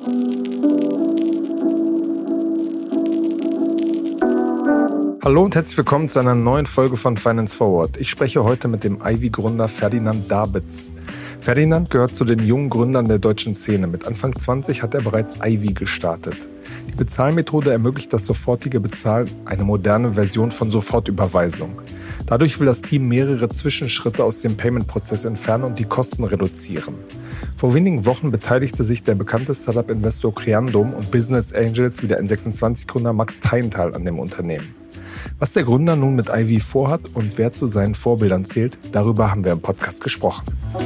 Hallo und herzlich willkommen zu einer neuen Folge von Finance Forward. Ich spreche heute mit dem Ivy-Gründer Ferdinand Dabitz. Ferdinand gehört zu den jungen Gründern der deutschen Szene. Mit Anfang 20 hat er bereits Ivy gestartet. Die Bezahlmethode ermöglicht das sofortige Bezahlen, eine moderne Version von Sofortüberweisung. Dadurch will das Team mehrere Zwischenschritte aus dem Payment-Prozess entfernen und die Kosten reduzieren. Vor wenigen Wochen beteiligte sich der bekannte Startup-Investor Creandum und Business Angels wie der N26-Gründer Max Teijenthal an dem Unternehmen. Was der Gründer nun mit Ivy vorhat und wer zu seinen Vorbildern zählt, darüber haben wir im Podcast gesprochen.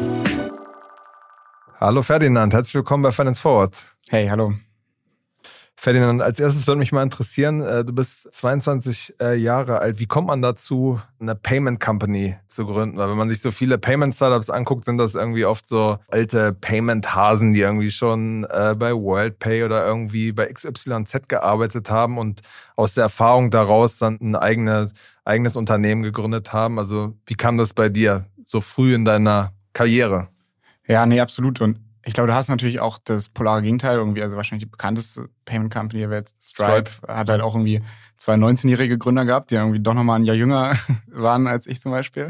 Hallo Ferdinand, herzlich willkommen bei Finance Forward. Hey, hallo. Ferdinand, als erstes würde mich mal interessieren, du bist 22 Jahre alt. Wie kommt man dazu, eine Payment Company zu gründen? Weil wenn man sich so viele Payment Startups anguckt, sind das irgendwie oft so alte Payment-Hasen, die irgendwie schon bei WorldPay oder irgendwie bei XYZ gearbeitet haben und aus der Erfahrung daraus dann ein eigenes Unternehmen gegründet haben. Also wie kam das bei dir so früh in deiner Karriere? Ja, nee, absolut. Und ich glaube, du hast natürlich auch das polare Gegenteil irgendwie, also wahrscheinlich die bekannteste Payment Company der Welt, Stripe, hat halt auch irgendwie 2 19-jährige Gründer gehabt, die irgendwie doch nochmal ein Jahr jünger waren als ich zum Beispiel.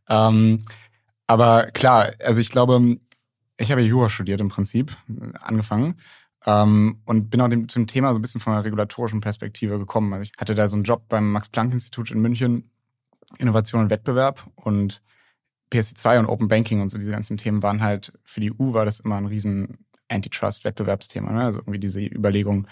Aber klar, also ich glaube, ich habe Jura studiert im Prinzip, angefangen. Und bin auch zum Thema so ein bisschen von einer regulatorischen Perspektive gekommen. Also ich hatte da so einen Job beim Max-Planck-Institut in München, Innovation und Wettbewerb, und PSD2 und Open Banking und so diese ganzen Themen waren halt, für die EU war das immer ein riesen Antitrust-Wettbewerbsthema. Ne? Also irgendwie diese Überlegung,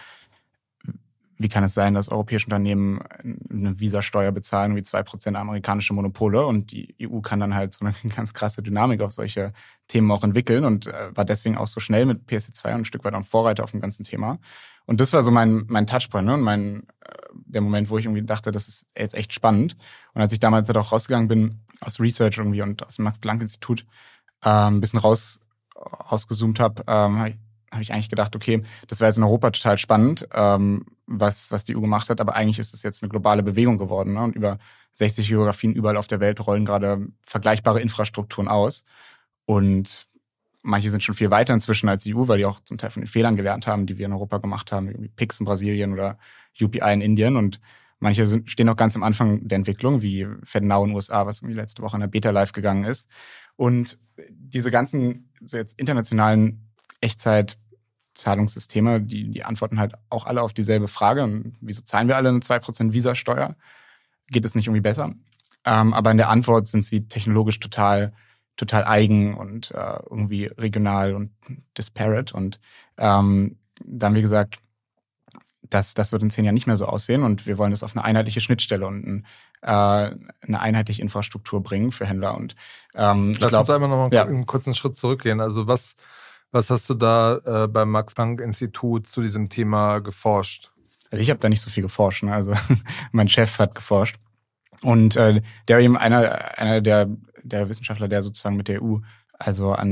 wie kann es sein, dass europäische Unternehmen eine Visasteuer bezahlen, wie 2% amerikanische Monopole, und die EU kann dann halt so eine ganz krasse Dynamik auf solche Themen auch entwickeln und war deswegen auch so schnell mit PSD2 und ein Stück weit auch Vorreiter auf dem ganzen Thema. Und das war so mein Touchpoint, ne? Und der Moment, wo ich irgendwie dachte, das ist jetzt echt spannend. Und als ich damals halt auch rausgegangen bin aus Research irgendwie und aus dem Max-Planck-Institut ein bisschen rausgezoomt habe, habe ich eigentlich gedacht, okay, das wäre jetzt in Europa total spannend, was die EU gemacht hat, aber eigentlich ist es jetzt eine globale Bewegung geworden, ne? Und über 60 Geografien überall auf der Welt rollen gerade vergleichbare Infrastrukturen aus. Und manche sind schon viel weiter inzwischen als die EU, weil die auch zum Teil von den Fehlern gelernt haben, die wir in Europa gemacht haben, wie Pix in Brasilien oder UPI in Indien. Und manche stehen noch ganz am Anfang der Entwicklung, wie FedNow in den USA, was irgendwie letzte Woche in der Beta live gegangen ist. Und diese ganzen so jetzt internationalen Echtzeit-Zahlungssysteme, die antworten halt auch alle auf dieselbe Frage. Und wieso zahlen wir alle eine 2% Visasteuer? Geht es nicht irgendwie besser? Aber in der Antwort sind sie technologisch total eigen und irgendwie regional und disparate. Und dann haben wir gesagt, das wird in 10 Jahren nicht mehr so aussehen und wir wollen das auf eine einheitliche Schnittstelle und eine einheitliche Infrastruktur bringen für Händler. Und Lass uns einmal noch mal einen kurzen Schritt zurückgehen. Also was hast du da beim Max-Planck-Institut zu diesem Thema geforscht? Also ich habe da nicht so viel geforscht, ne? Also mein Chef hat geforscht. Und der war eben einer der Wissenschaftler, der sozusagen mit der EU, also an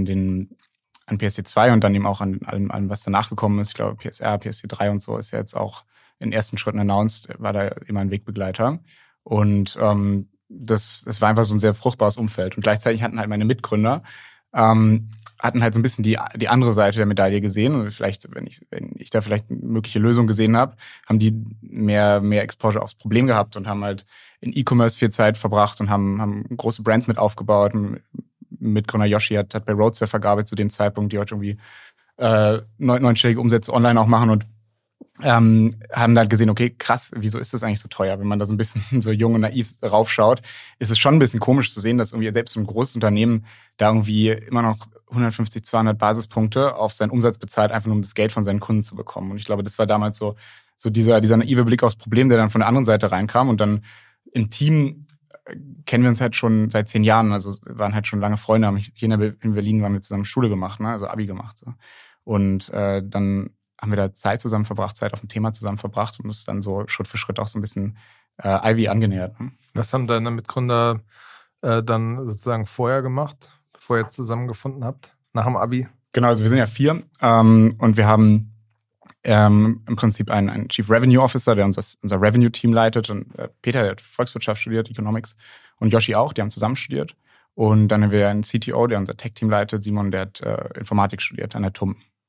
PSD2 und dann eben auch an allem, was danach gekommen ist, ich glaube PSR, PSD3 und so, ist ja jetzt auch in ersten Schritten announced, war da immer ein Wegbegleiter. Und das war einfach so ein sehr fruchtbares Umfeld. Und gleichzeitig hatten halt meine Mitgründer, hatten halt so ein bisschen die andere Seite der Medaille gesehen. Und vielleicht, wenn ich da vielleicht eine mögliche Lösung gesehen habe, haben die mehr Exposure aufs Problem gehabt und haben halt in E-Commerce viel Zeit verbracht und haben große Brands mit aufgebaut. Mitgründer Yoshi hat bei Roadsurfer gearbeitet zu dem Zeitpunkt, die heute irgendwie neunstellige Umsätze online auch machen und haben dann gesehen, okay, krass, wieso ist das eigentlich so teuer? Wenn man da so ein bisschen so jung und naiv raufschaut, ist es schon ein bisschen komisch zu sehen, dass irgendwie selbst so ein großes Unternehmen da irgendwie immer noch 150, 200 Basispunkte auf seinen Umsatz bezahlt, einfach nur um das Geld von seinen Kunden zu bekommen. Und ich glaube, das war damals so dieser naive Blick aufs Problem, der dann von der anderen Seite reinkam. Und dann im Team kennen wir uns halt schon seit 10 Jahren, also waren halt schon lange Freunde. Hier in Berlin haben wir zusammen Schule gemacht, ne? Also Abi gemacht. So. Und dann haben wir da Zeit zusammen verbracht, Zeit auf dem Thema zusammen verbracht und es dann so Schritt für Schritt auch so ein bisschen Ivy angenähert. Ne? Was haben deine Mitgründer dann sozusagen vorher gemacht, bevor ihr jetzt zusammengefunden habt, nach dem Abi? Genau, also wir sind ja 4 und wir haben im Prinzip einen Chief Revenue Officer, der unser Revenue-Team leitet, und Peter, der hat Volkswirtschaft studiert, Economics, und Yoshi auch, die haben zusammen studiert. Und dann haben wir einen CTO, der unser Tech-Team leitet, Simon, der hat Informatik studiert an der TUM.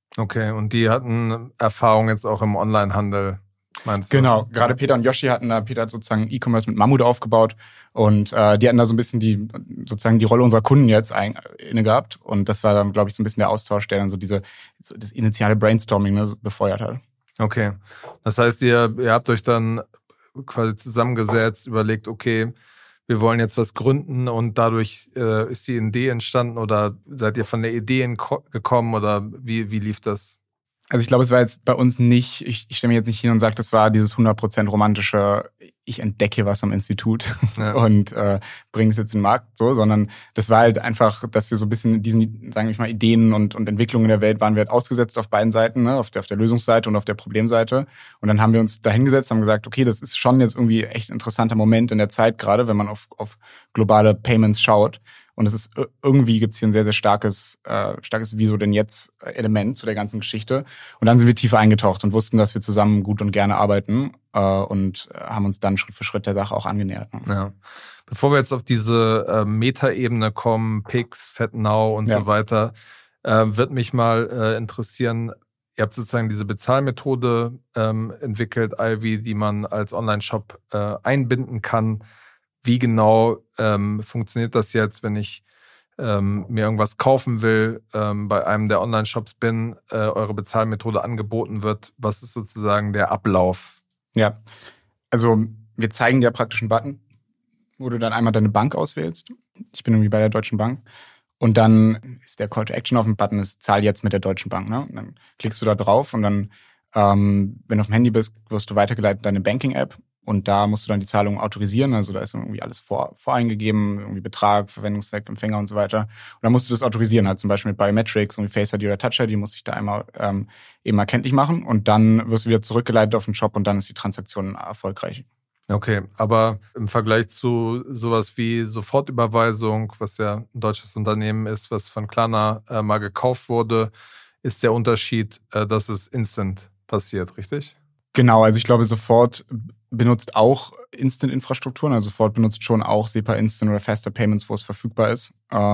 Okay, und die hatten Erfahrung jetzt auch im Onlinehandel, meinst du? Genau, gerade Peter und Yoshi Peter hat sozusagen E-Commerce mit Mammut aufgebaut und die hatten da so ein bisschen die Rolle unserer Kunden jetzt inne gehabt und das war dann, glaube ich, so ein bisschen der Austausch, der dann das initiale Brainstorming, ne, befeuert hat. Okay, das heißt, ihr habt euch dann quasi zusammengesetzt, überlegt, okay, wir wollen jetzt was gründen und dadurch ist die Idee entstanden oder seid ihr von der Idee gekommen oder wie lief das? Also ich glaube, es war jetzt bei uns nicht, ich stelle mich jetzt nicht hin und sage, das war dieses 100% romantische, ich entdecke was am Institut und bringe es jetzt in den Markt, so, sondern das war halt einfach, dass wir so ein bisschen diesen, sagen wir mal, Ideen und Entwicklungen der Welt waren wir halt ausgesetzt auf beiden Seiten, ne? Auf der Lösungsseite und auf der Problemseite. Und dann haben wir uns da hingesetzt, haben gesagt, okay, das ist schon jetzt irgendwie echt ein interessanter Moment in der Zeit, gerade wenn man auf globale Payments schaut. Und es ist irgendwie gibt's hier ein sehr, sehr starkes Wieso denn jetzt Element zu der ganzen Geschichte. Und dann sind wir tiefer eingetaucht und wussten, dass wir zusammen gut und gerne arbeiten und haben uns dann Schritt für Schritt der Sache auch angenähert. Ne? Ja. Bevor wir jetzt auf diese Meta-Ebene kommen, Pix, FedNow und so weiter, wird mich mal interessieren, ihr habt sozusagen diese Bezahlmethode entwickelt, Ivy, die man als Online-Shop einbinden kann. Wie genau funktioniert das jetzt, wenn ich mir irgendwas kaufen will, bei einem der Online-Shops bin, eure Bezahlmethode angeboten wird? Was ist sozusagen der Ablauf? Ja, also wir zeigen dir praktisch einen Button, wo du dann einmal deine Bank auswählst. Ich bin irgendwie bei der Deutschen Bank. Und dann ist der Call to Action auf dem Button, ist zahl jetzt mit der Deutschen Bank. Ne? Und dann klickst du da drauf und dann, wenn du auf dem Handy bist, wirst du weitergeleitet in deine Banking-App. Und da musst du dann die Zahlung autorisieren. Also da ist irgendwie alles voreingegeben, irgendwie Betrag, Verwendungszweck, Empfänger und so weiter. Und dann musst du das autorisieren, halt zum Beispiel mit Biometrics, irgendwie Face ID oder Touch ID, muss ich da einmal eben erkenntlich machen. Und dann wirst du wieder zurückgeleitet auf den Shop und dann ist die Transaktion erfolgreich. Okay, aber im Vergleich zu sowas wie Sofortüberweisung, was ja ein deutsches Unternehmen ist, was von Klarna mal gekauft wurde, ist der Unterschied, dass es instant passiert, richtig? Genau, also ich glaube, Sofort benutzt auch Instant-Infrastrukturen, also Sofort benutzt schon auch SEPA Instant oder Faster Payments, wo es verfügbar ist.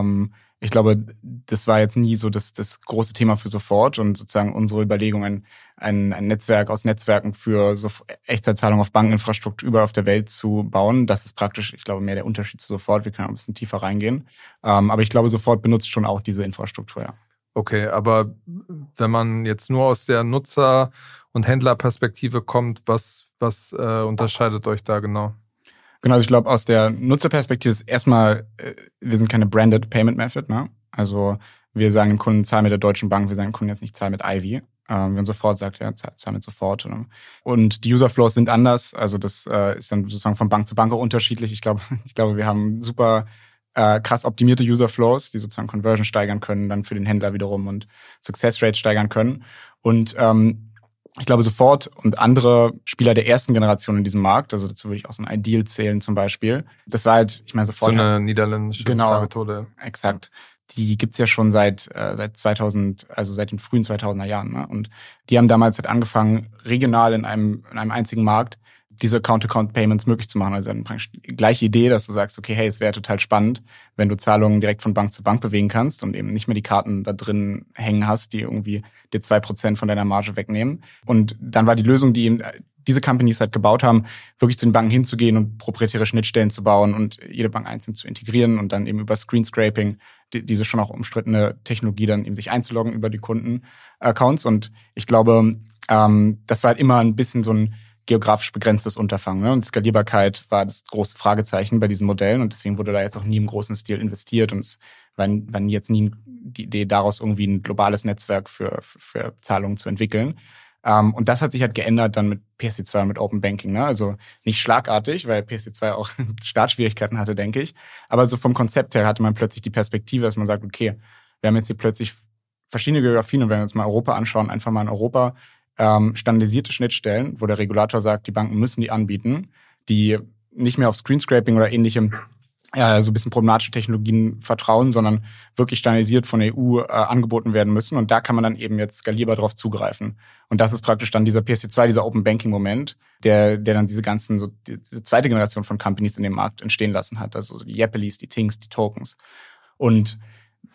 Ich glaube, das war jetzt nie so das große Thema für Sofort und sozusagen unsere Überlegung, ein Netzwerk aus Netzwerken für so Echtzeitzahlung auf Bankeninfrastruktur überall auf der Welt zu bauen. Das ist praktisch, ich glaube, mehr der Unterschied zu Sofort. Wir können auch ein bisschen tiefer reingehen. Aber ich glaube, Sofort benutzt schon auch diese Infrastruktur, ja. Okay, aber wenn man jetzt nur aus der Nutzer- und Händlerperspektive kommt, was unterscheidet euch da genau? Genau, also ich glaube, aus der Nutzerperspektive ist erstmal, wir sind keine branded Payment Method, ne? Also wir sagen dem Kunden, zahl mit der Deutschen Bank, wir sagen dem Kunden jetzt nicht, zahl mit Ivy. Wenn Sofort sagt, ja, zahl mit Sofort. Und die User Flows sind anders, also das ist dann sozusagen von Bank zu Bank auch unterschiedlich. Ich glaube, wir haben super krass optimierte User Flows, die sozusagen Conversion steigern können, dann für den Händler wiederum und Success Rate steigern können. Und ich glaube, Sofort und andere Spieler der ersten Generation in diesem Markt, also dazu würde ich auch so ein Ideal zählen zum Beispiel. Das war halt, ich meine, Sofort. So eine niederländische Bezahlmethode. Exakt. Die gibt's ja schon seit 2000, also seit den frühen 2000er Jahren. Ne? Und die haben damals halt angefangen, regional in einem einzigen Markt diese Account-to-Account-Payments möglich zu machen. Also eine gleiche Idee, dass du sagst, okay, hey, es wäre total spannend, wenn du Zahlungen direkt von Bank zu Bank bewegen kannst und eben nicht mehr die Karten da drin hängen hast, die irgendwie dir 2% von deiner Marge wegnehmen. Und dann war die Lösung, die eben diese Companies halt gebaut haben, wirklich zu den Banken hinzugehen und proprietäre Schnittstellen zu bauen und jede Bank einzeln zu integrieren und dann eben über Screen-Scraping diese schon auch umstrittene Technologie dann eben sich einzuloggen über die Kundenaccounts. Und ich glaube, das war halt immer ein bisschen so ein geografisch begrenztes Unterfangen. Ne? Und Skalierbarkeit war das große Fragezeichen bei diesen Modellen und deswegen wurde da jetzt auch nie im großen Stil investiert und es war jetzt nie die Idee, daraus irgendwie ein globales Netzwerk für Zahlungen zu entwickeln. Und das hat sich halt geändert dann mit PSD2 und mit Open Banking. Ne? Also nicht schlagartig, weil PSD2 auch Startschwierigkeiten hatte, denke ich. Aber so vom Konzept her hatte man plötzlich die Perspektive, dass man sagt, okay, wir haben jetzt hier plötzlich verschiedene Geografien und wenn wir uns mal Europa anschauen, einfach mal in Europa standardisierte Schnittstellen, wo der Regulator sagt, die Banken müssen die anbieten, die nicht mehr auf Screenscraping oder ähnliche so ein bisschen problematische Technologien vertrauen, sondern wirklich standardisiert von der EU angeboten werden müssen. Und da kann man dann eben jetzt skalierbar drauf zugreifen. Und das ist praktisch dann dieser PSD2, dieser Open Banking Moment, der dann diese ganzen, diese zweite Generation von Companies in dem Markt entstehen lassen hat. Also die Yappelis, die Tings, die Tokens. Und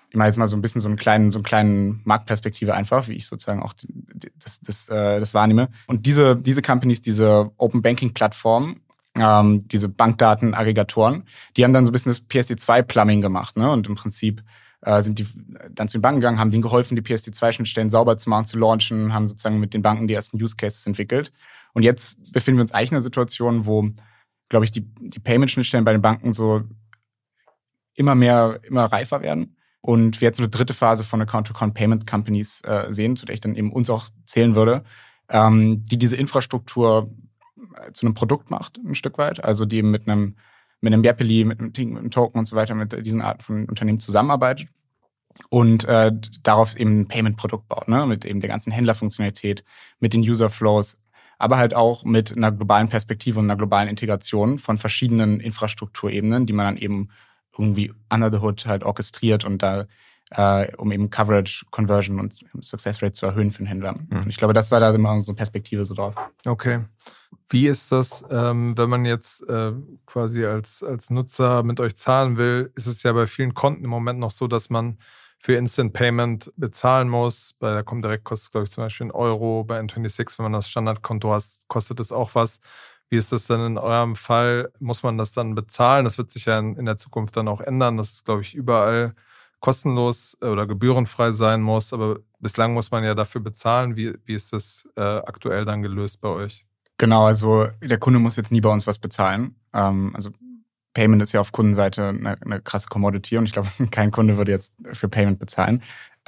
ich mache jetzt mal so ein bisschen so einen kleinen Marktperspektive einfach, wie ich sozusagen auch das wahrnehme. Und diese Companies, diese Open Banking Plattformen, diese Bankdatenaggregatoren, die haben dann so ein bisschen das PSD2-Plumbing gemacht, ne? Und im Prinzip sind die dann zu den Banken gegangen, haben denen geholfen, die PSD2-Schnittstellen sauber zu machen, zu launchen, haben sozusagen mit den Banken die ersten Use Cases entwickelt. Und jetzt befinden wir uns eigentlich in einer Situation, wo, glaube ich, die Payment-Schnittstellen bei den Banken so immer reifer werden. Und wir jetzt eine dritte Phase von Account-to-Account-Payment-Companies sehen, zu der ich dann eben uns auch zählen würde, die diese Infrastruktur zu einem Produkt macht, ein Stück weit. Also die eben mit einem Yapeli, mit einem Token und so weiter, mit diesen Arten von Unternehmen zusammenarbeitet und darauf eben ein Payment-Produkt baut, ne? Mit eben der ganzen Händlerfunktionalität, mit den User-Flows, aber halt auch mit einer globalen Perspektive und einer globalen Integration von verschiedenen Infrastrukturebenen, die man dann eben irgendwie under the hood halt orchestriert und da um eben Coverage, Conversion und Success Rate zu erhöhen für den Händler. Und ich glaube, das war da immer unsere Perspektive so drauf. Okay. Wie ist das, wenn man jetzt quasi als Nutzer mit euch zahlen will? Ist es ja bei vielen Konten im Moment noch so, dass man für Instant Payment bezahlen muss. Bei der Comdirect kostet es, glaube ich, zum Beispiel €1. Bei N26, wenn man das Standardkonto hat, kostet es auch was. Wie ist das denn in eurem Fall? Muss man das dann bezahlen? Das wird sich ja in der Zukunft dann auch ändern. Das ist, glaube ich, überall kostenlos oder gebührenfrei sein muss. Aber bislang muss man ja dafür bezahlen. Wie ist das aktuell dann gelöst bei euch? Genau, also der Kunde muss jetzt nie bei uns was bezahlen. Also Payment ist ja auf Kundenseite eine krasse Commodity und ich glaube, kein Kunde würde jetzt für Payment bezahlen.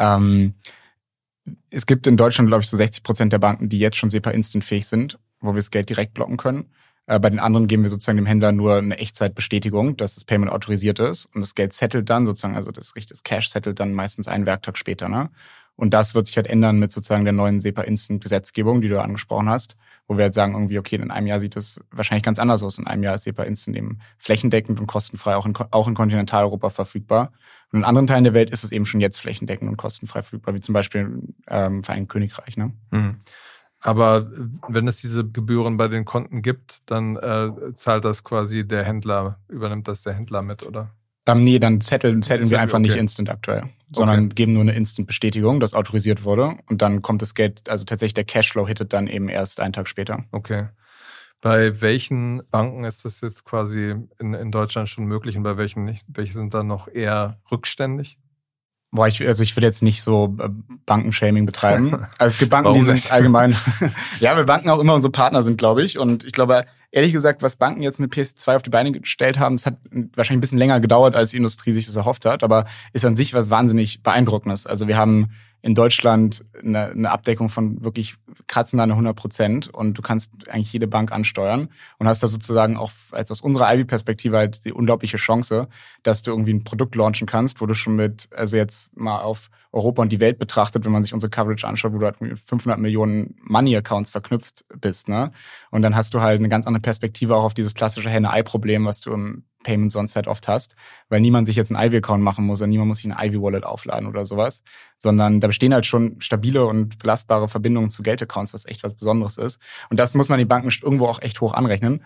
Es gibt in Deutschland, glaube ich, so 60% der Banken, die jetzt schon SEPA Instant fähig sind, wo wir das Geld direkt blocken können. Bei den anderen geben wir sozusagen dem Händler nur eine Echtzeitbestätigung, dass das Payment autorisiert ist und das Geld settelt dann sozusagen, also das Cash settelt dann meistens einen Werktag später, ne? Und das wird sich halt ändern mit sozusagen der neuen SEPA Instant Gesetzgebung, die du angesprochen hast, wo wir jetzt sagen irgendwie, okay, in einem Jahr sieht das wahrscheinlich ganz anders aus. In einem Jahr ist SEPA Instant eben flächendeckend und kostenfrei auch in Kontinentaleuropa verfügbar. Und in anderen Teilen der Welt ist es eben schon jetzt flächendeckend und kostenfrei verfügbar, wie zum Beispiel im Vereinigten Königreich, ne? Mhm. Aber wenn es diese Gebühren bei den Konten gibt, dann zahlt das quasi der Händler, übernimmt das der Händler mit, oder? Nee, dann zetteln wir einfach nicht instant aktuell, sondern geben nur eine Instant-Bestätigung, dass autorisiert wurde und dann kommt das Geld, also tatsächlich der Cashflow hittet dann eben erst einen Tag später. Okay. Bei welchen Banken ist das jetzt quasi in Deutschland schon möglich und bei welchen nicht? Welche sind dann noch eher rückständig? Boah, ich will jetzt nicht so Bankenshaming betreiben. Also es gibt Banken, Warum die sind nicht? allgemein, ja, weil Banken auch immer unsere Partner sind, glaube ich. Und ich glaube, ehrlich gesagt, was Banken jetzt mit PSD2 auf die Beine gestellt haben, es hat wahrscheinlich ein bisschen länger gedauert, als die Industrie sich das erhofft hat, aber ist an sich was wahnsinnig Beeindruckendes. Also wir haben in Deutschland eine Abdeckung von wirklich kratzend an 100% und du kannst eigentlich jede Bank ansteuern und hast da sozusagen auch als aus unserer IB-Perspektive halt die unglaubliche Chance, dass du irgendwie ein Produkt launchen kannst, wo du schon also jetzt mal auf Europa und die Welt betrachtet, wenn man sich unsere Coverage anschaut, wo du halt mit 500 Millionen Money-Accounts verknüpft bist, ne? Und dann hast du halt eine ganz andere Perspektive auch auf dieses klassische Henne-Ei-Problem, was du im Payment sonst halt oft hast, weil niemand sich jetzt einen Ivy-Account machen muss und niemand muss sich ein Ivy-Wallet aufladen oder sowas, sondern da bestehen halt schon stabile und belastbare Verbindungen zu Geldaccounts, was echt was Besonderes ist. Und das muss man den Banken irgendwo auch echt hoch anrechnen.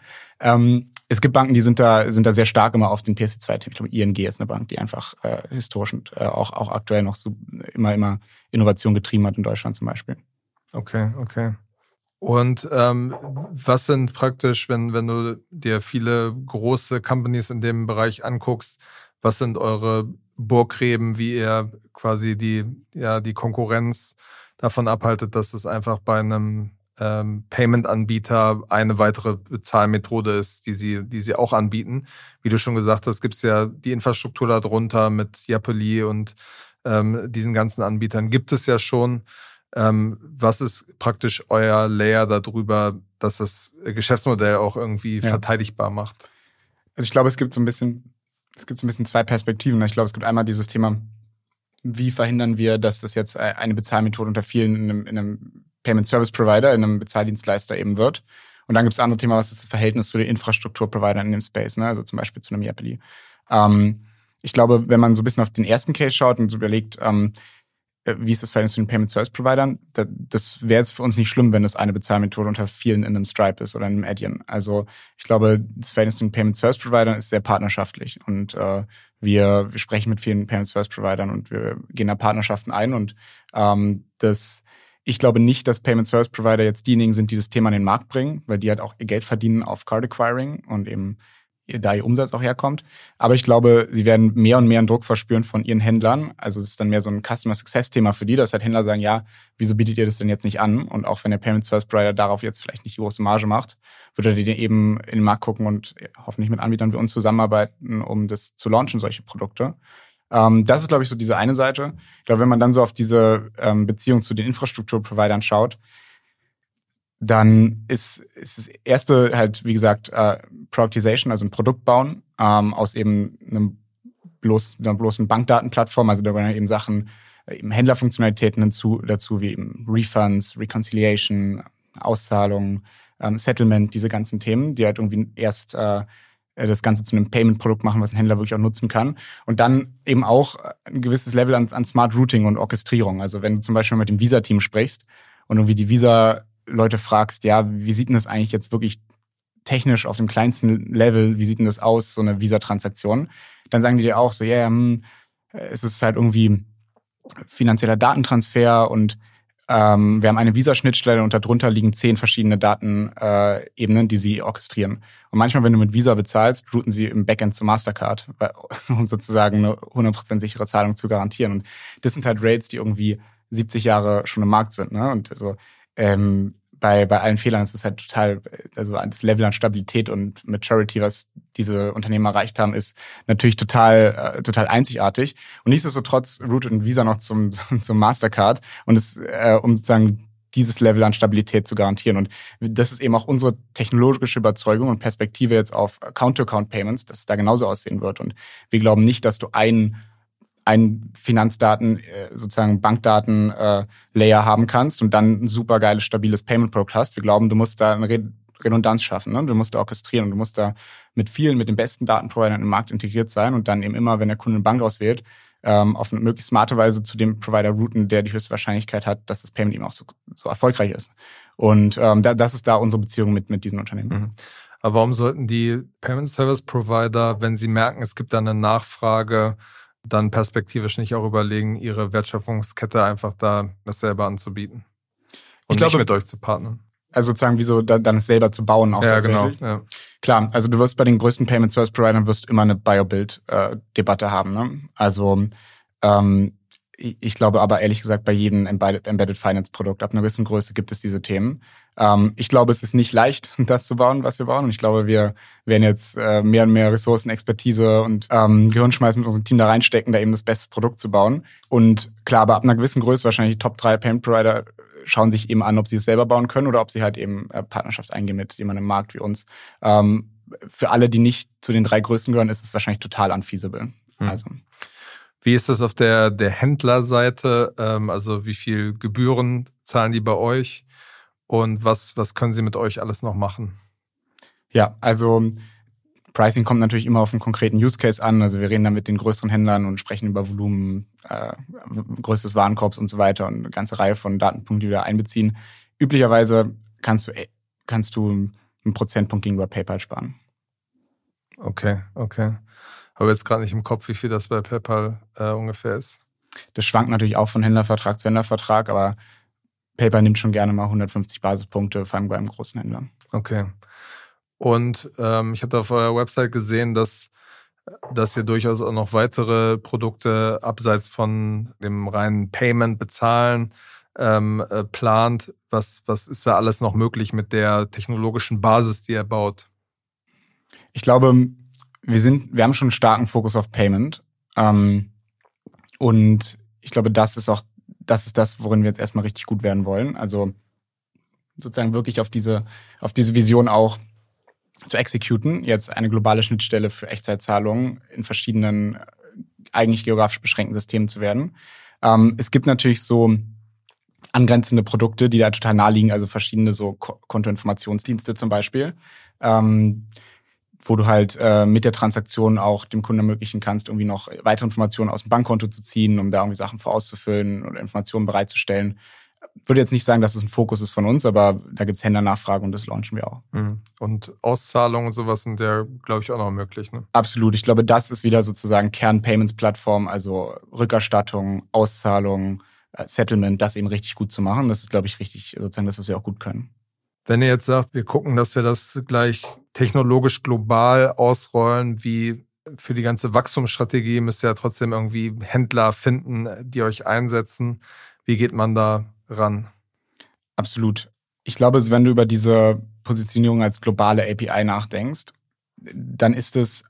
Es gibt Banken, die sind da sehr stark immer auf den PSD2-Themen. Ich glaube, ING ist eine Bank, die einfach historisch und auch aktuell noch so immer Innovation getrieben hat in Deutschland zum Beispiel. Okay. Und was sind praktisch, wenn du dir viele große Companies in dem Bereich anguckst, was sind eure Burggräben, wie ihr quasi die Konkurrenz davon abhaltet, dass es einfach bei einem Payment-Anbieter eine weitere Bezahlmethode ist, die sie auch anbieten. Wie du schon gesagt hast, gibt es ja die Infrastruktur darunter mit Yapeli und diesen ganzen Anbietern gibt es ja schon. Was ist praktisch euer Layer darüber, dass das Geschäftsmodell auch irgendwie verteidigbar macht? Also ich glaube, es gibt so ein bisschen zwei Perspektiven. Ich glaube, es gibt einmal dieses Thema, wie verhindern wir, dass das jetzt eine Bezahlmethode unter vielen in einem Payment Service Provider, in einem Bezahldienstleister eben wird. Und dann gibt es das andere Thema, was ist das Verhältnis zu den Infrastrukturprovidern in dem Space, ne? Also zum Beispiel zu einem Yapeli. Ich glaube, wenn man so ein bisschen auf den ersten Case schaut und so überlegt, wie ist das Verhältnis zu den Payment Service Providern? Das wäre jetzt für uns nicht schlimm, wenn das eine Bezahlmethode unter vielen in einem Stripe ist oder in einem Adyen. Also ich glaube, das Verhältnis zu den Payment Service Providern ist sehr partnerschaftlich und wir sprechen mit vielen Payment Service Providern und wir gehen da Partnerschaften ein und ich glaube nicht, dass Payment Service Provider jetzt diejenigen sind, die das Thema an den Markt bringen, weil die halt auch ihr Geld verdienen auf Card Acquiring und eben da ihr Umsatz auch herkommt. Aber ich glaube, sie werden mehr und mehr einen Druck verspüren von ihren Händlern. Also es ist dann mehr so ein Customer Success Thema für die, dass halt Händler sagen, ja, wieso bietet ihr das denn jetzt nicht an? Und auch wenn der Payment Service Provider darauf jetzt vielleicht nicht die große Marge macht, würde er die eben in den Markt gucken und hoffentlich mit Anbietern wie uns zusammenarbeiten, um das zu launchen, solche Produkte. Das ist, glaube ich, so diese eine Seite. Ich glaube, wenn man dann so auf diese Beziehung zu den Infrastrukturprovidern schaut, dann ist das erste halt, wie gesagt, Productization, also ein Produkt bauen, aus eben einer bloßen Bankdatenplattform. Also da gehören eben Sachen, eben Händlerfunktionalitäten dazu, wie eben Refunds, Reconciliation, Auszahlungen, Settlement, diese ganzen Themen, die halt irgendwie erst das Ganze zu einem Payment-Produkt machen, was ein Händler wirklich auch nutzen kann. Und dann eben auch ein gewisses Level an Smart Routing und Orchestrierung. Also wenn du zum Beispiel mit dem Visa-Team sprichst und irgendwie die Visa-Leute fragst, ja, wie sieht denn das eigentlich jetzt wirklich technisch auf dem kleinsten Level, wie sieht denn das aus, so eine Visa-Transaktion? Dann sagen die dir auch so, es ist halt irgendwie finanzieller Datentransfer und wir haben eine Visa-Schnittstelle und darunter liegen 10 verschiedene Datenebenen, die sie orchestrieren. Und manchmal, wenn du mit Visa bezahlst, routen sie im Backend zu Mastercard, um sozusagen eine 100% sichere Zahlung zu garantieren. Und das sind halt Rates, die irgendwie 70 Jahre schon im Markt sind. Ne? Und also bei allen Fehlern ist es halt total, also das Level an Stabilität und Maturity, was diese Unternehmen erreicht haben, ist natürlich total einzigartig. Und nichtsdestotrotz routet Visa noch zum Mastercard und um sozusagen dieses Level an Stabilität zu garantieren. Und das ist eben auch unsere technologische Überzeugung und Perspektive jetzt auf Account-to-Account-Payments, dass es da genauso aussehen wird. Und wir glauben nicht, dass du ein Finanzdaten, sozusagen Bankdaten-Layer haben kannst und dann ein super geiles, stabiles Payment-Produkt hast. Wir glauben, du musst da eine Redundanz schaffen, ne? Du musst da orchestrieren und du musst da mit den besten Datenprovidern im Markt integriert sein und dann eben immer, wenn der Kunde eine Bank auswählt, auf eine möglichst smarte Weise zu dem Provider routen, der die höchste Wahrscheinlichkeit hat, dass das Payment eben auch so erfolgreich ist. Und das ist da unsere Beziehung mit diesen Unternehmen. Mhm. Aber warum sollten die Payment Service Provider, wenn sie merken, es gibt da eine Nachfrage, dann perspektivisch nicht auch überlegen, ihre Wertschöpfungskette einfach da das selber anzubieten und nicht mit euch zu partnern? Also sozusagen wie so dann es selber zu bauen auch tatsächlich. Genau. Ja. Klar, also du wirst bei den größten Payment Service Providern immer eine Buy-or-Build-Debatte haben. Ne? Also ich glaube aber ehrlich gesagt, bei jedem Embedded Finance Produkt ab einer gewissen Größe gibt es diese Themen. Ich glaube, es ist nicht leicht, das zu bauen, was wir bauen. Und ich glaube, wir werden jetzt mehr und mehr Ressourcen, Expertise und Gehirnschmeiß mit unserem Team da reinstecken, da eben das beste Produkt zu bauen. Und klar, aber ab einer gewissen Größe wahrscheinlich die Top 3 Payment Provider schauen sich eben an, ob sie es selber bauen können oder ob sie halt eben Partnerschaft eingehen mit jemandem im Markt wie uns. Für alle, die nicht zu den 3 Größten gehören, ist es wahrscheinlich total unfeasible. Also. Wie ist das auf der Händlerseite? Also wie viel Gebühren zahlen die bei euch? Und was können sie mit euch alles noch machen? Ja, also Pricing kommt natürlich immer auf einen konkreten Use Case an. Also wir reden dann mit den größeren Händlern und sprechen über Volumen, Größe des Warenkorbs und so weiter und eine ganze Reihe von Datenpunkten, die wir da einbeziehen. Üblicherweise kannst du einen Prozentpunkt gegenüber PayPal sparen. Okay. Habe jetzt gerade nicht im Kopf, wie viel das bei PayPal ungefähr ist. Das schwankt natürlich auch von Händlervertrag zu Händlervertrag, aber PayPal nimmt schon gerne mal 150 Basispunkte, vor allem bei einem großen Händler. Okay. Und ich hatte auf eurer Website gesehen, dass ihr durchaus auch noch weitere Produkte abseits von dem reinen Payment bezahlen plant. Was ist da alles noch möglich mit der technologischen Basis, die ihr baut? Ich glaube, wir haben schon einen starken Fokus auf Payment. Und ich glaube, das ist das, worin wir jetzt erstmal richtig gut werden wollen. Also sozusagen wirklich auf diese Vision auch zu exekuten, jetzt eine globale Schnittstelle für Echtzeitzahlungen in verschiedenen, eigentlich geografisch beschränkten Systemen zu werden. Es gibt natürlich so angrenzende Produkte, die da total naheliegen, also verschiedene so Kontoinformationsdienste zum Beispiel. wo du halt mit der Transaktion auch dem Kunden ermöglichen kannst, irgendwie noch weitere Informationen aus dem Bankkonto zu ziehen, um da irgendwie Sachen vorauszufüllen oder Informationen bereitzustellen. Würde jetzt nicht sagen, dass es ein Fokus ist von uns, aber da gibt es Händlernachfrage und das launchen wir auch. Und Auszahlungen und sowas sind ja, glaube ich, auch noch möglich, ne? Absolut. Ich glaube, das ist wieder sozusagen Kern-Payments-Plattform, also Rückerstattung, Auszahlung, Settlement, das eben richtig gut zu machen. Das ist, glaube ich, richtig sozusagen das, was wir auch gut können. Wenn ihr jetzt sagt, wir gucken, dass wir das gleich technologisch global ausrollen, wie für die ganze Wachstumsstrategie müsst ihr ja trotzdem irgendwie Händler finden, die euch einsetzen. Wie geht man da ran? Absolut. Ich glaube, wenn du über diese Positionierung als globale API nachdenkst, dann ist es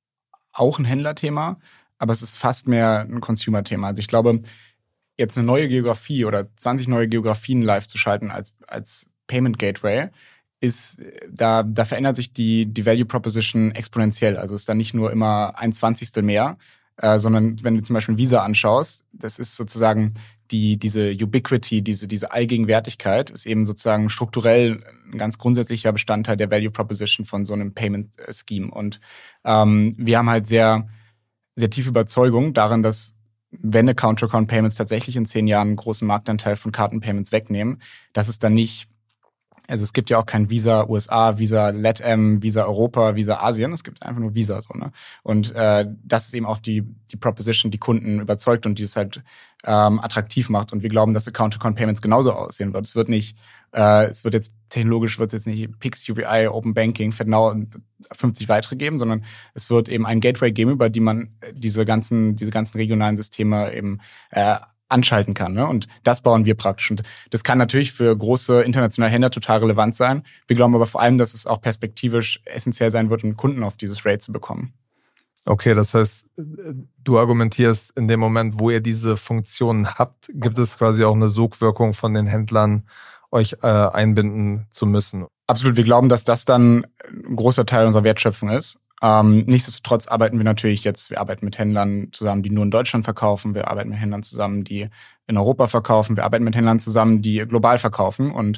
auch ein Händlerthema, aber es ist fast mehr ein Consumer-Thema. Also ich glaube, jetzt eine neue Geografie oder 20 neue Geografien live zu schalten als Payment Gateway ist, da verändert sich die Value Proposition exponentiell. Also ist da nicht nur immer 1/20 mehr, sondern wenn du zum Beispiel Visa anschaust, das ist sozusagen diese Ubiquity, diese Allgegenwärtigkeit ist eben sozusagen strukturell ein ganz grundsätzlicher Bestandteil der Value Proposition von so einem Payment Scheme. Und wir haben halt sehr, sehr tiefe Überzeugung darin, dass wenn Account-to-Account-Payments tatsächlich in 10 Jahren einen großen Marktanteil von Kartenpayments wegnehmen, dass es dann nicht, also es gibt ja auch kein Visa USA, Visa LATAM, Visa Europa, Visa Asien, es gibt einfach nur Visa so, ne? Und das ist eben auch die Proposition, die Kunden überzeugt und die es halt attraktiv macht. Und wir glauben, dass Account-to-Account-Payments genauso aussehen wird. Es wird nicht, technologisch wird es jetzt nicht Pix, UPI, Open Banking, FedNow und 50 weitere geben, sondern es wird eben ein Gateway geben, über die man diese ganzen regionalen Systeme eben anschalten kann, ne? Und das bauen wir praktisch. Und das kann natürlich für große internationale Händler total relevant sein. Wir glauben aber vor allem, dass es auch perspektivisch essentiell sein wird, um Kunden auf dieses Rate zu bekommen. Okay, das heißt, du argumentierst in dem Moment, wo ihr diese Funktionen habt, gibt es quasi auch eine Sogwirkung von den Händlern, euch einbinden zu müssen. Absolut, wir glauben, dass das dann ein großer Teil unserer Wertschöpfung ist. Nichtsdestotrotz arbeiten wir arbeiten mit Händlern zusammen, die nur in Deutschland verkaufen, wir arbeiten mit Händlern zusammen, die in Europa verkaufen, wir arbeiten mit Händlern zusammen, die global verkaufen und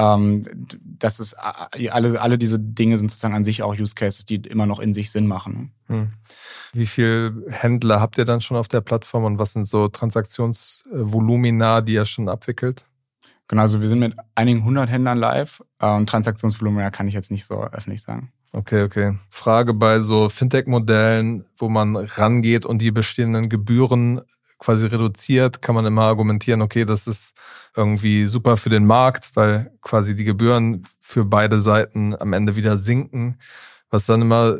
das ist alle diese Dinge sind sozusagen an sich auch Use Cases, die immer noch in sich Sinn machen. Wie viele Händler habt ihr dann schon auf der Plattform und was sind so Transaktionsvolumina, die ihr schon abwickelt? Genau, also wir sind mit einigen 100 Händlern live. Transaktionsvolumina kann ich jetzt nicht so öffentlich sagen. Okay. Frage bei so Fintech-Modellen, wo man rangeht und die bestehenden Gebühren quasi reduziert, kann man immer argumentieren, okay, das ist irgendwie super für den Markt, weil quasi die Gebühren für beide Seiten am Ende wieder sinken. Was dann immer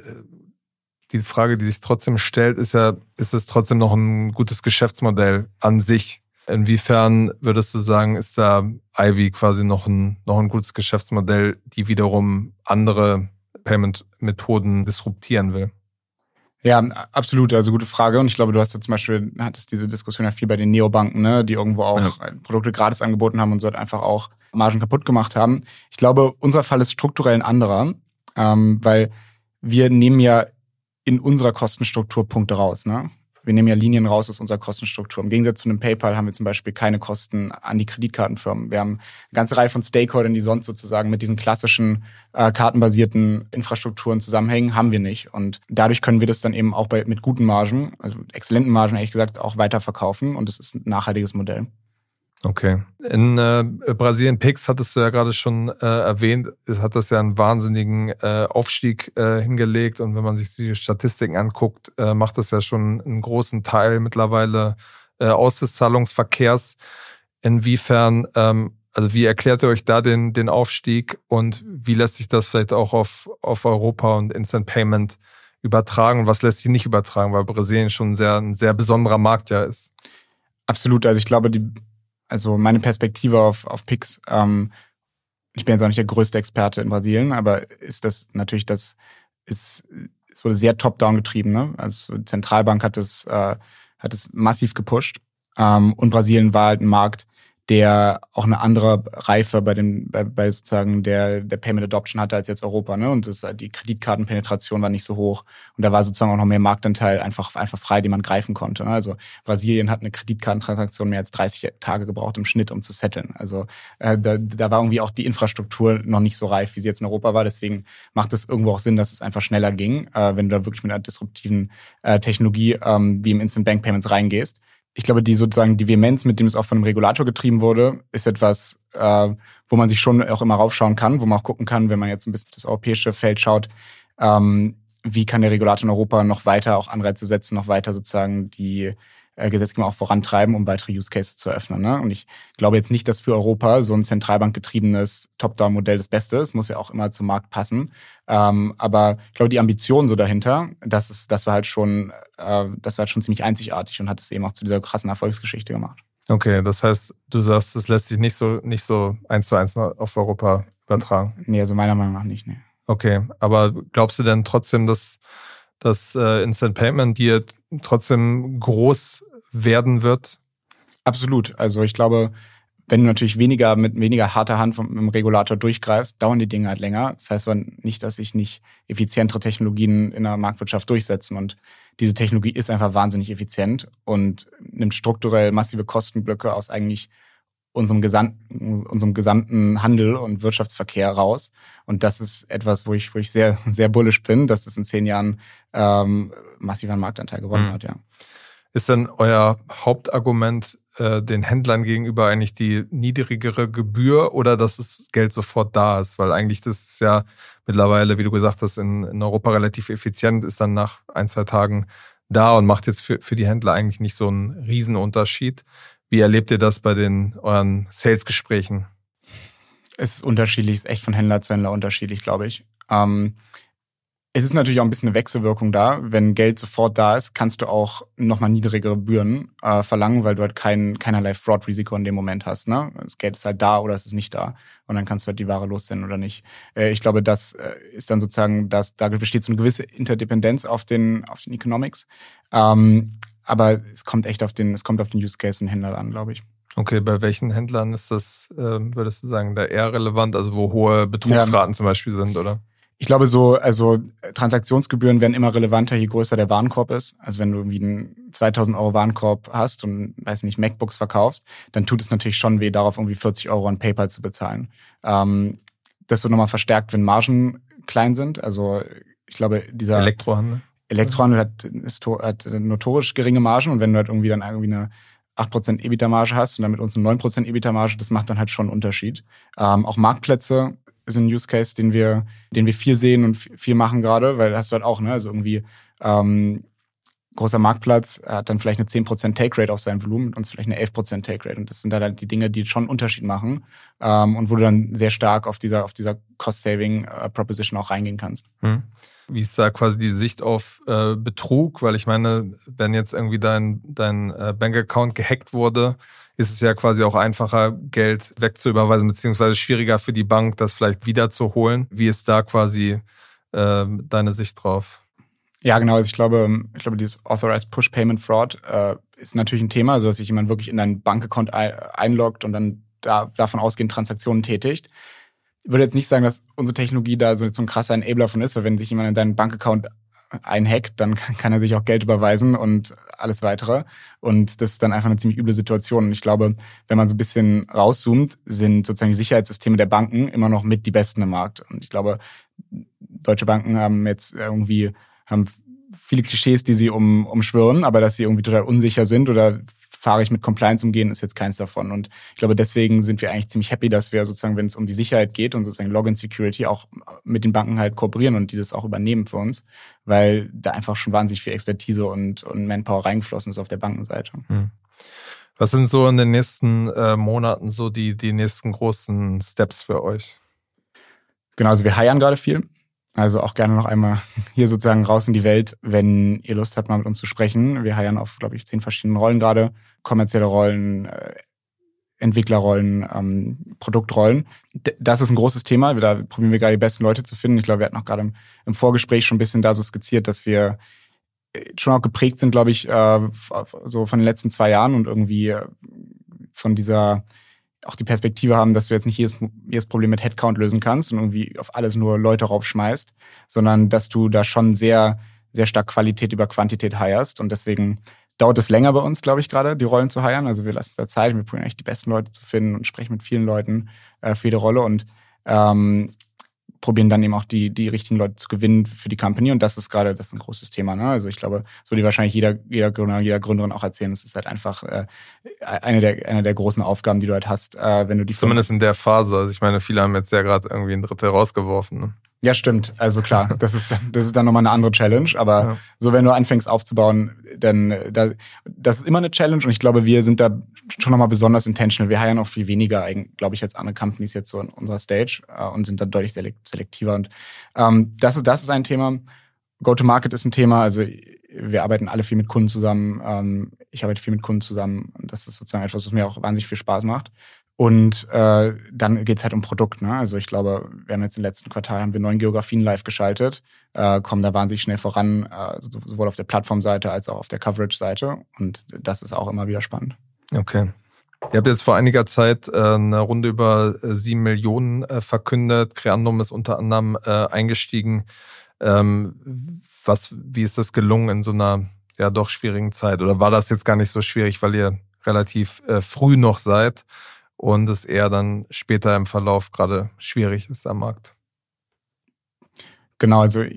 die Frage, die sich trotzdem stellt, ist ja, ist es trotzdem noch ein gutes Geschäftsmodell an sich? Inwiefern würdest du sagen, ist da Ivy quasi noch ein gutes Geschäftsmodell, die wiederum andere Payment-Methoden disruptieren will? Ja, absolut, also gute Frage. Und ich glaube, du hast ja zum Beispiel, hattest diese Diskussion ja viel bei den Neobanken, ne, die irgendwo auch Produkte gratis angeboten haben und so halt einfach auch Margen kaputt gemacht haben. Ich glaube, unser Fall ist strukturell ein anderer, weil wir nehmen ja in unserer Kostenstruktur Punkte raus, ne? Wir nehmen ja Linien raus aus unserer Kostenstruktur. Im Gegensatz zu einem PayPal haben wir zum Beispiel keine Kosten an die Kreditkartenfirmen. Wir haben eine ganze Reihe von Stakeholdern, die sonst sozusagen mit diesen klassischen kartenbasierten Infrastrukturen zusammenhängen, haben wir nicht. Und dadurch können wir das dann eben auch mit guten Margen, also exzellenten Margen ehrlich gesagt, auch weiterverkaufen. Und das ist ein nachhaltiges Modell. Okay. In Brasilien Pix hattest du ja gerade schon erwähnt, hat das ja einen wahnsinnigen Aufstieg hingelegt und wenn man sich die Statistiken anguckt, macht das ja schon einen großen Teil mittlerweile aus des Zahlungsverkehrs. Inwiefern, also wie erklärt ihr euch da den Aufstieg und wie lässt sich das vielleicht auch auf Europa und Instant Payment übertragen und was lässt sich nicht übertragen, weil Brasilien schon ein sehr besonderer Markt ja ist? Absolut, also ich glaube, also meine Perspektive auf Pix, ich bin jetzt auch nicht der größte Experte in Brasilien, aber ist das natürlich, es wurde sehr top-down getrieben, ne? Also die Zentralbank hat es massiv gepusht. Und Brasilien war halt ein Markt, der auch eine andere Reife bei sozusagen der Payment Adoption hatte als jetzt Europa, ne? Und die Kreditkartenpenetration war nicht so hoch und da war sozusagen auch noch mehr Marktanteil einfach frei, den man greifen konnte. Ne? Also Brasilien hat eine Kreditkartentransaktion mehr als 30 Tage gebraucht im Schnitt, um zu setteln. Also da war irgendwie auch die Infrastruktur noch nicht so reif, wie sie jetzt in Europa war. Deswegen macht es irgendwo auch Sinn, dass es einfach schneller ging, wenn du da wirklich mit einer disruptiven Technologie wie im Instant Bank Payments reingehst. Ich glaube, die Vehemenz, mit dem es auch von einem Regulator getrieben wurde, ist etwas, wo man sich schon auch immer raufschauen kann, wo man auch gucken kann, wenn man jetzt ein bisschen das europäische Feld schaut, wie kann der Regulator in Europa noch weiter auch Anreize setzen, noch weiter sozusagen die Gesetzgebung auch vorantreiben, um weitere Use Cases zu eröffnen. Ne? Und ich glaube jetzt nicht, dass für Europa so ein zentralbankgetriebenes Top-Down-Modell das Beste ist. Muss ja auch immer zum Markt passen. Aber ich glaube, die Ambition so dahinter, das war halt schon ziemlich einzigartig und hat es eben auch zu dieser krassen Erfolgsgeschichte gemacht. Okay, das heißt, du sagst, es lässt sich nicht so 1:1 auf Europa übertragen? Nee, also meiner Meinung nach nicht, nee. Okay, aber glaubst du denn trotzdem, dass das Instant Payment hier trotzdem groß werden wird? Absolut. Also ich glaube, wenn du natürlich mit weniger harter Hand vom Regulator durchgreifst, dauern die Dinge halt länger. Das heißt aber nicht, dass sich nicht effizientere Technologien in der Marktwirtschaft durchsetzen. Und diese Technologie ist einfach wahnsinnig effizient und nimmt strukturell massive Kostenblöcke aus eigentlich unserem gesamten Handel und Wirtschaftsverkehr raus. Und das ist etwas, wo ich sehr, sehr bullish bin, dass das in 10 Jahren massiv an Marktanteil gewonnen hat, ja. Ist denn euer Hauptargument den Händlern gegenüber eigentlich die niedrigere Gebühr oder dass das Geld sofort da ist? Weil eigentlich das ist ja mittlerweile, wie du gesagt hast, in Europa relativ effizient, ist dann nach 1-2 Tagen da und macht jetzt für die Händler eigentlich nicht so einen Riesenunterschied. Wie erlebt ihr das bei euren Sales-Gesprächen? Es ist unterschiedlich, es ist echt von Händler zu Händler unterschiedlich, glaube ich. Es ist natürlich auch ein bisschen eine Wechselwirkung da. Wenn Geld sofort da ist, kannst du auch nochmal niedrigere Gebühren verlangen, weil du halt keinerlei Fraud-Risiko in dem Moment hast. Ne? Das Geld ist halt da oder es ist nicht da. Und dann kannst du halt die Ware lossenden oder nicht. Ich glaube, das ist dann sozusagen, da besteht so eine gewisse Interdependenz auf den Economics. Aber es kommt auf den Use Case und Händler an, glaube ich. Okay, bei welchen Händlern ist das, würdest du sagen, da eher relevant, also wo hohe Betrugsraten zum Beispiel sind, oder? Ich glaube Transaktionsgebühren werden immer relevanter, je größer der Warenkorb ist. Also wenn du irgendwie einen 2.000 € Warenkorb hast und, weiß nicht, MacBooks verkaufst, dann tut es natürlich schon weh, darauf irgendwie 40 € an PayPal zu bezahlen. Das wird nochmal verstärkt, wenn Margen klein sind. Also ich glaube, dieser Elektrohandel hat notorisch geringe Margen und wenn du halt irgendwie dann eine 8% EBITDA-Marge hast und dann mit uns eine 9% EBITDA-Marge, das macht dann halt schon einen Unterschied. Auch Marktplätze ist ein Use Case, den wir viel sehen und viel machen gerade, weil das hast du halt auch, ne? Also irgendwie großer Marktplatz hat dann vielleicht eine 10% Take-Rate auf sein Volumen und uns vielleicht eine 11% Take-Rate. Und das sind dann halt die Dinge, die schon einen Unterschied machen und wo du dann sehr stark auf dieser Cost-Saving-Proposition auch reingehen kannst. Wie ist da quasi die Sicht auf Betrug? Weil ich meine, wenn jetzt irgendwie dein Bankaccount gehackt wurde, ist es ja quasi auch einfacher, Geld wegzuüberweisen, beziehungsweise schwieriger für die Bank, das vielleicht wiederzuholen. Wie ist da quasi deine Sicht drauf? Ja, genau. Also ich glaube, dieses Authorized Push Payment Fraud ist natürlich ein Thema, also dass sich jemand wirklich in deinen Bankaccount einloggt und dann davon ausgehend Transaktionen tätigt. Ich würde jetzt nicht sagen, dass unsere Technologie da so ein krasser Enabler von ist, weil wenn sich jemand in deinen Bankaccount einhackt, dann kann er sich auch Geld überweisen und alles weitere. Und das ist dann einfach eine ziemlich üble Situation. Und ich glaube, wenn man so ein bisschen rauszoomt, sind sozusagen die Sicherheitssysteme der Banken immer noch mit die besten im Markt. Und ich glaube, deutsche Banken haben viele Klischees, die sie umschwirren, aber dass sie irgendwie total unsicher sind oder fahrig mit Compliance umgehen, ist jetzt keins davon. Und ich glaube, deswegen sind wir eigentlich ziemlich happy, dass wir sozusagen, wenn es um die Sicherheit geht und sozusagen Login Security, auch mit den Banken halt kooperieren und die das auch übernehmen für uns, weil da einfach schon wahnsinnig viel Expertise und Manpower reingeflossen ist auf der Bankenseite. Was sind so in den nächsten Monaten so die nächsten großen Steps für euch? Genau, also wir hiren gerade viel. Also auch gerne noch einmal hier sozusagen raus in die Welt, wenn ihr Lust habt, mal mit uns zu sprechen. Wir hiren auf, glaube ich, 10 verschiedenen Rollen gerade. Kommerzielle Rollen, Entwicklerrollen, Produktrollen. Das ist ein großes Thema. Da probieren wir gerade die besten Leute zu finden. Ich glaube, wir hatten auch gerade im Vorgespräch schon ein bisschen da so skizziert, dass wir schon auch geprägt sind, glaube ich, so von den letzten 2 Jahren und irgendwie von dieser auch die Perspektive haben, dass du jetzt nicht jedes Problem mit Headcount lösen kannst und irgendwie auf alles nur Leute raufschmeißt, sondern dass du da schon sehr, sehr stark Qualität über Quantität hirest. Und deswegen dauert es länger bei uns, glaube ich, gerade, die Rollen zu hiren. Also wir lassen es da Zeit, wir probieren eigentlich die besten Leute zu finden und sprechen mit vielen Leuten für jede Rolle und probieren dann eben auch die richtigen Leute zu gewinnen für die Company. Und das ist ein großes Thema. Ne? Also ich glaube, das würde wahrscheinlich jeder Gründer, jeder Gründerin auch erzählen. Das ist halt einfach eine der großen Aufgaben, die du halt hast, wenn du die zumindest in der Phase. Also ich meine, viele haben jetzt ja gerade irgendwie ein Drittel rausgeworfen. Ne? Ja, stimmt. Also klar, das ist dann nochmal eine andere Challenge. Aber so, wenn du anfängst aufzubauen, dann das ist immer eine Challenge. Und ich glaube, wir sind da schon nochmal besonders intentional. Wir hiren auch viel weniger, glaube ich, als andere Companies jetzt so in unserer Stage und sind da deutlich selektiver. Und das ist ein Thema. Go-to-Market ist ein Thema. Also wir arbeiten alle viel mit Kunden zusammen. Ich arbeite viel mit Kunden zusammen. Und das ist sozusagen etwas, was mir auch wahnsinnig viel Spaß macht. Und dann geht's halt um Produkt. Ne? Also ich glaube, wir haben jetzt im letzten Quartal 9 Geografien live geschaltet, kommen da wahnsinnig schnell voran, sowohl auf der Plattformseite als auch auf der Coverage-Seite. Und das ist auch immer wieder spannend. Okay. Ihr habt jetzt vor einiger Zeit eine Runde über 7 Millionen verkündet. Creandum ist unter anderem eingestiegen. Wie ist das gelungen in so einer ja doch schwierigen Zeit? Oder war das jetzt gar nicht so schwierig, weil ihr relativ früh noch seid? Und es eher dann später im Verlauf gerade schwierig ist am Markt. Genau, also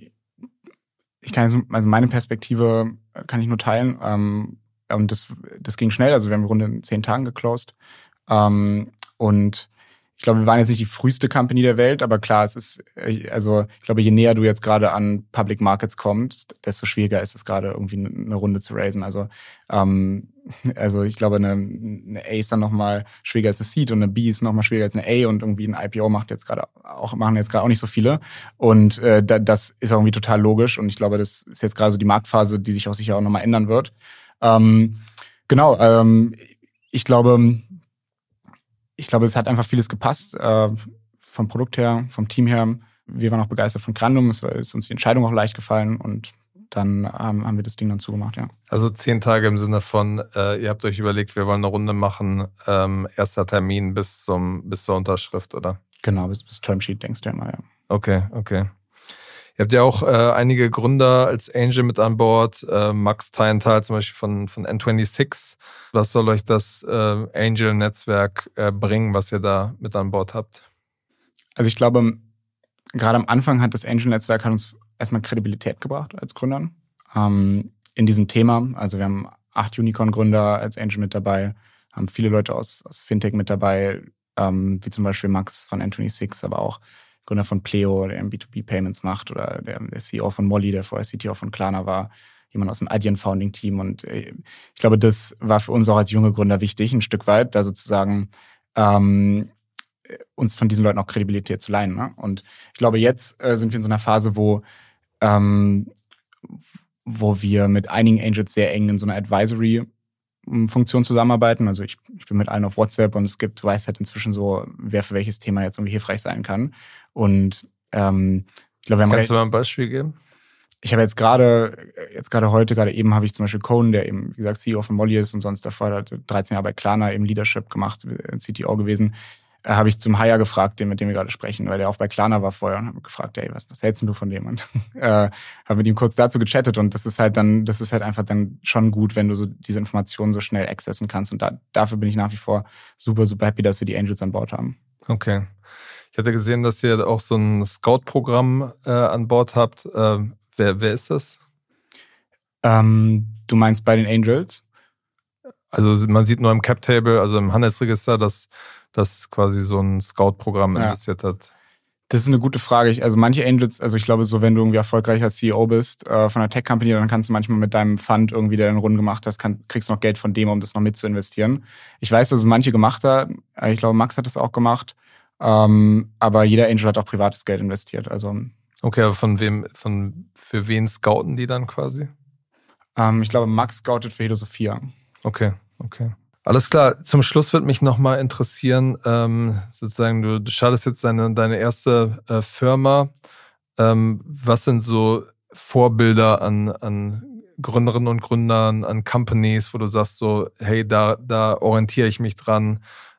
meine Perspektive kann ich nur teilen. Und das ging schnell, also wir haben die Runde in 10 Tagen geclosed. Und ich glaube, wir waren jetzt nicht die früheste Company der Welt, aber klar, ich glaube, je näher du jetzt gerade an Public Markets kommst, desto schwieriger ist es gerade irgendwie eine Runde zu raisen. Also ich glaube, eine A ist dann nochmal schwieriger als eine Seed und eine B ist nochmal schwieriger als eine A und irgendwie ein IPO machen jetzt gerade auch nicht so viele. Und das ist auch irgendwie total logisch und ich glaube, das ist jetzt gerade so die Marktphase, die sich auch sicher auch nochmal ändern wird. Ich glaube, es hat einfach vieles gepasst, vom Produkt her, vom Team her. Wir waren auch begeistert von Creandum, es ist uns die Entscheidung auch leicht gefallen und dann haben wir das Ding dann zugemacht, ja. Also 10 Tage im Sinne von, ihr habt euch überlegt, wir wollen eine Runde machen, erster Termin bis zur Unterschrift, oder? Genau, bis Termsheet denkst du ja mal, ja. Okay. Ihr habt ja auch einige Gründer als Angel mit an Bord, Max Teilenthal zum Beispiel von N26. Was soll euch das Angel-Netzwerk bringen, was ihr da mit an Bord habt? Also ich glaube, gerade am Anfang hat das Angel-Netzwerk uns erstmal Kredibilität gebracht als Gründern in diesem Thema. Also wir haben 8 Unicorn-Gründer als Angel mit dabei, haben viele Leute aus Fintech mit dabei, wie zum Beispiel Max von N26, aber auch Gründer von Pleo, der B2B-Payments macht, oder der CEO von Molly, der vorher CTO von Klarna war, jemand aus dem Adyen-Founding-Team. Und ich glaube, das war für uns auch als junge Gründer wichtig, ein Stück weit, da sozusagen uns von diesen Leuten auch Kredibilität zu leihen. Ne? Und ich glaube, jetzt sind wir in so einer Phase, wo wir mit einigen Angels sehr eng in so einer Advisory-Funktion zusammenarbeiten. Also ich bin mit allen auf WhatsApp und du weißt halt inzwischen so, wer für welches Thema jetzt irgendwie hilfreich sein kann. Und ich glaube, Kannst du mal ein Beispiel geben? Ich habe jetzt gerade eben habe ich zum Beispiel Cohn, der eben, wie gesagt, CEO von Molly ist und sonst davor hat 13 Jahre bei Klarna eben Leadership gemacht, CTO gewesen. Habe ich zum Hire gefragt, mit dem wir gerade sprechen, weil der auch bei Klarna war vorher und habe gefragt, ey, was hältst denn du von dem? Und habe mit ihm kurz dazu gechattet und das ist halt einfach dann schon gut, wenn du so diese Informationen so schnell accessen kannst und dafür bin ich nach wie vor super, super happy, dass wir die Angels an Bord haben. Okay. Ich hatte gesehen, dass ihr auch so ein Scout-Programm an Bord habt. Wer ist das? Du meinst bei den Angels? Also man sieht nur im Cap-Table, also im Handelsregister, dass quasi so ein Scout-Programm investiert hat. Das ist eine gute Frage. Also manche Angels, also ich glaube so, wenn du irgendwie erfolgreicher CEO bist von einer Tech-Company, dann kannst du manchmal mit deinem Fund irgendwie, der einen Runden gemacht hast, kriegst du noch Geld von dem, um das noch mit zu investieren. Ich weiß, dass es manche gemacht haben. Ich glaube, Max hat das auch gemacht. Aber jeder Angel hat auch privates Geld investiert. Also okay, aber für wen scouten die dann quasi? Ich glaube, Max scoutet für Hedosophia. Okay. Alles klar. Zum Schluss wird mich nochmal interessieren, sozusagen, du startest jetzt deine erste Firma. Was sind so Vorbilder an Gründerinnen und Gründern, an Companies, wo du sagst so, hey, da orientiere ich mich dran.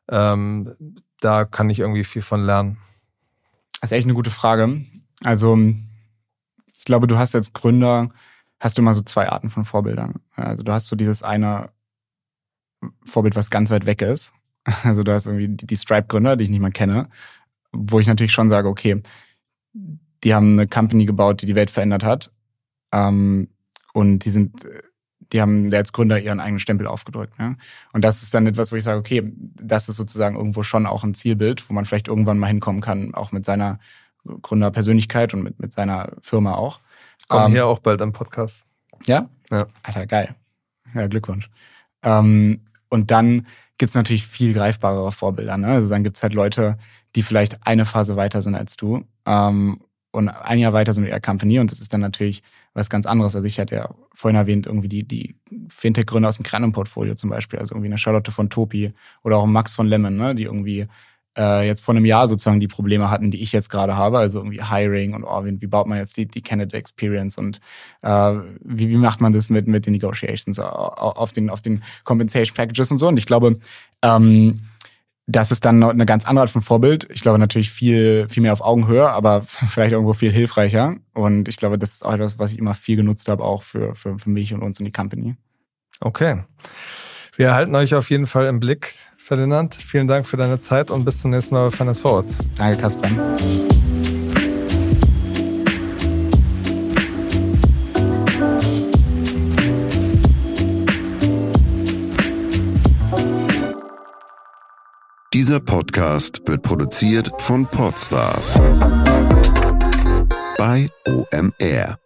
da kann ich irgendwie viel von lernen? Das ist echt eine gute Frage. Also ich glaube, du hast als Gründer, hast du immer so 2 Arten von Vorbildern. Also du hast so dieses eine Vorbild, was ganz weit weg ist. Also du hast irgendwie die Stripe-Gründer, die ich nicht mal kenne, wo ich natürlich schon sage, okay, die haben eine Company gebaut, die die Welt verändert hat. Und die haben als Gründer ihren eigenen Stempel aufgedrückt. Ne? Und das ist dann etwas, wo ich sage, okay, das ist sozusagen irgendwo schon auch ein Zielbild, wo man vielleicht irgendwann mal hinkommen kann, auch mit seiner Gründerpersönlichkeit und mit seiner Firma auch. Kommen hier auch bald am Podcast. Ja? Ja. Alter, geil. Ja, Glückwunsch. Und dann gibt's natürlich viel greifbarere Vorbilder. Ne? Also dann gibt's halt Leute, die vielleicht eine Phase weiter sind als du und ein Jahr weiter sind mit ihrer Company, und das ist dann natürlich was ganz anderes. Also ich hatte ja vorhin erwähnt, irgendwie die Fintech-Gründer aus dem Crannum-Portfolio zum Beispiel, also irgendwie eine Charlotte von Topi oder auch ein Max von Lemon, ne? Die irgendwie jetzt vor einem Jahr sozusagen die Probleme hatten, die ich jetzt gerade habe, also irgendwie Hiring und wie baut man jetzt die Candidate Experience und wie macht man das mit den Negotiations auf den Compensation Packages und so. Und ich glaube, das ist dann eine ganz andere Art von Vorbild. Ich glaube natürlich viel mehr auf Augenhöhe, aber vielleicht irgendwo viel hilfreicher. Und ich glaube, das ist auch etwas, was ich immer viel genutzt habe, auch für mich und uns in die Company. Okay. Wir halten euch auf jeden Fall im Blick, Ferdinand. Vielen Dank für deine Zeit und bis zum nächsten Mal bei Finance Forward. Danke, Kasper. Dieser Podcast wird produziert von Podstars bei OMR.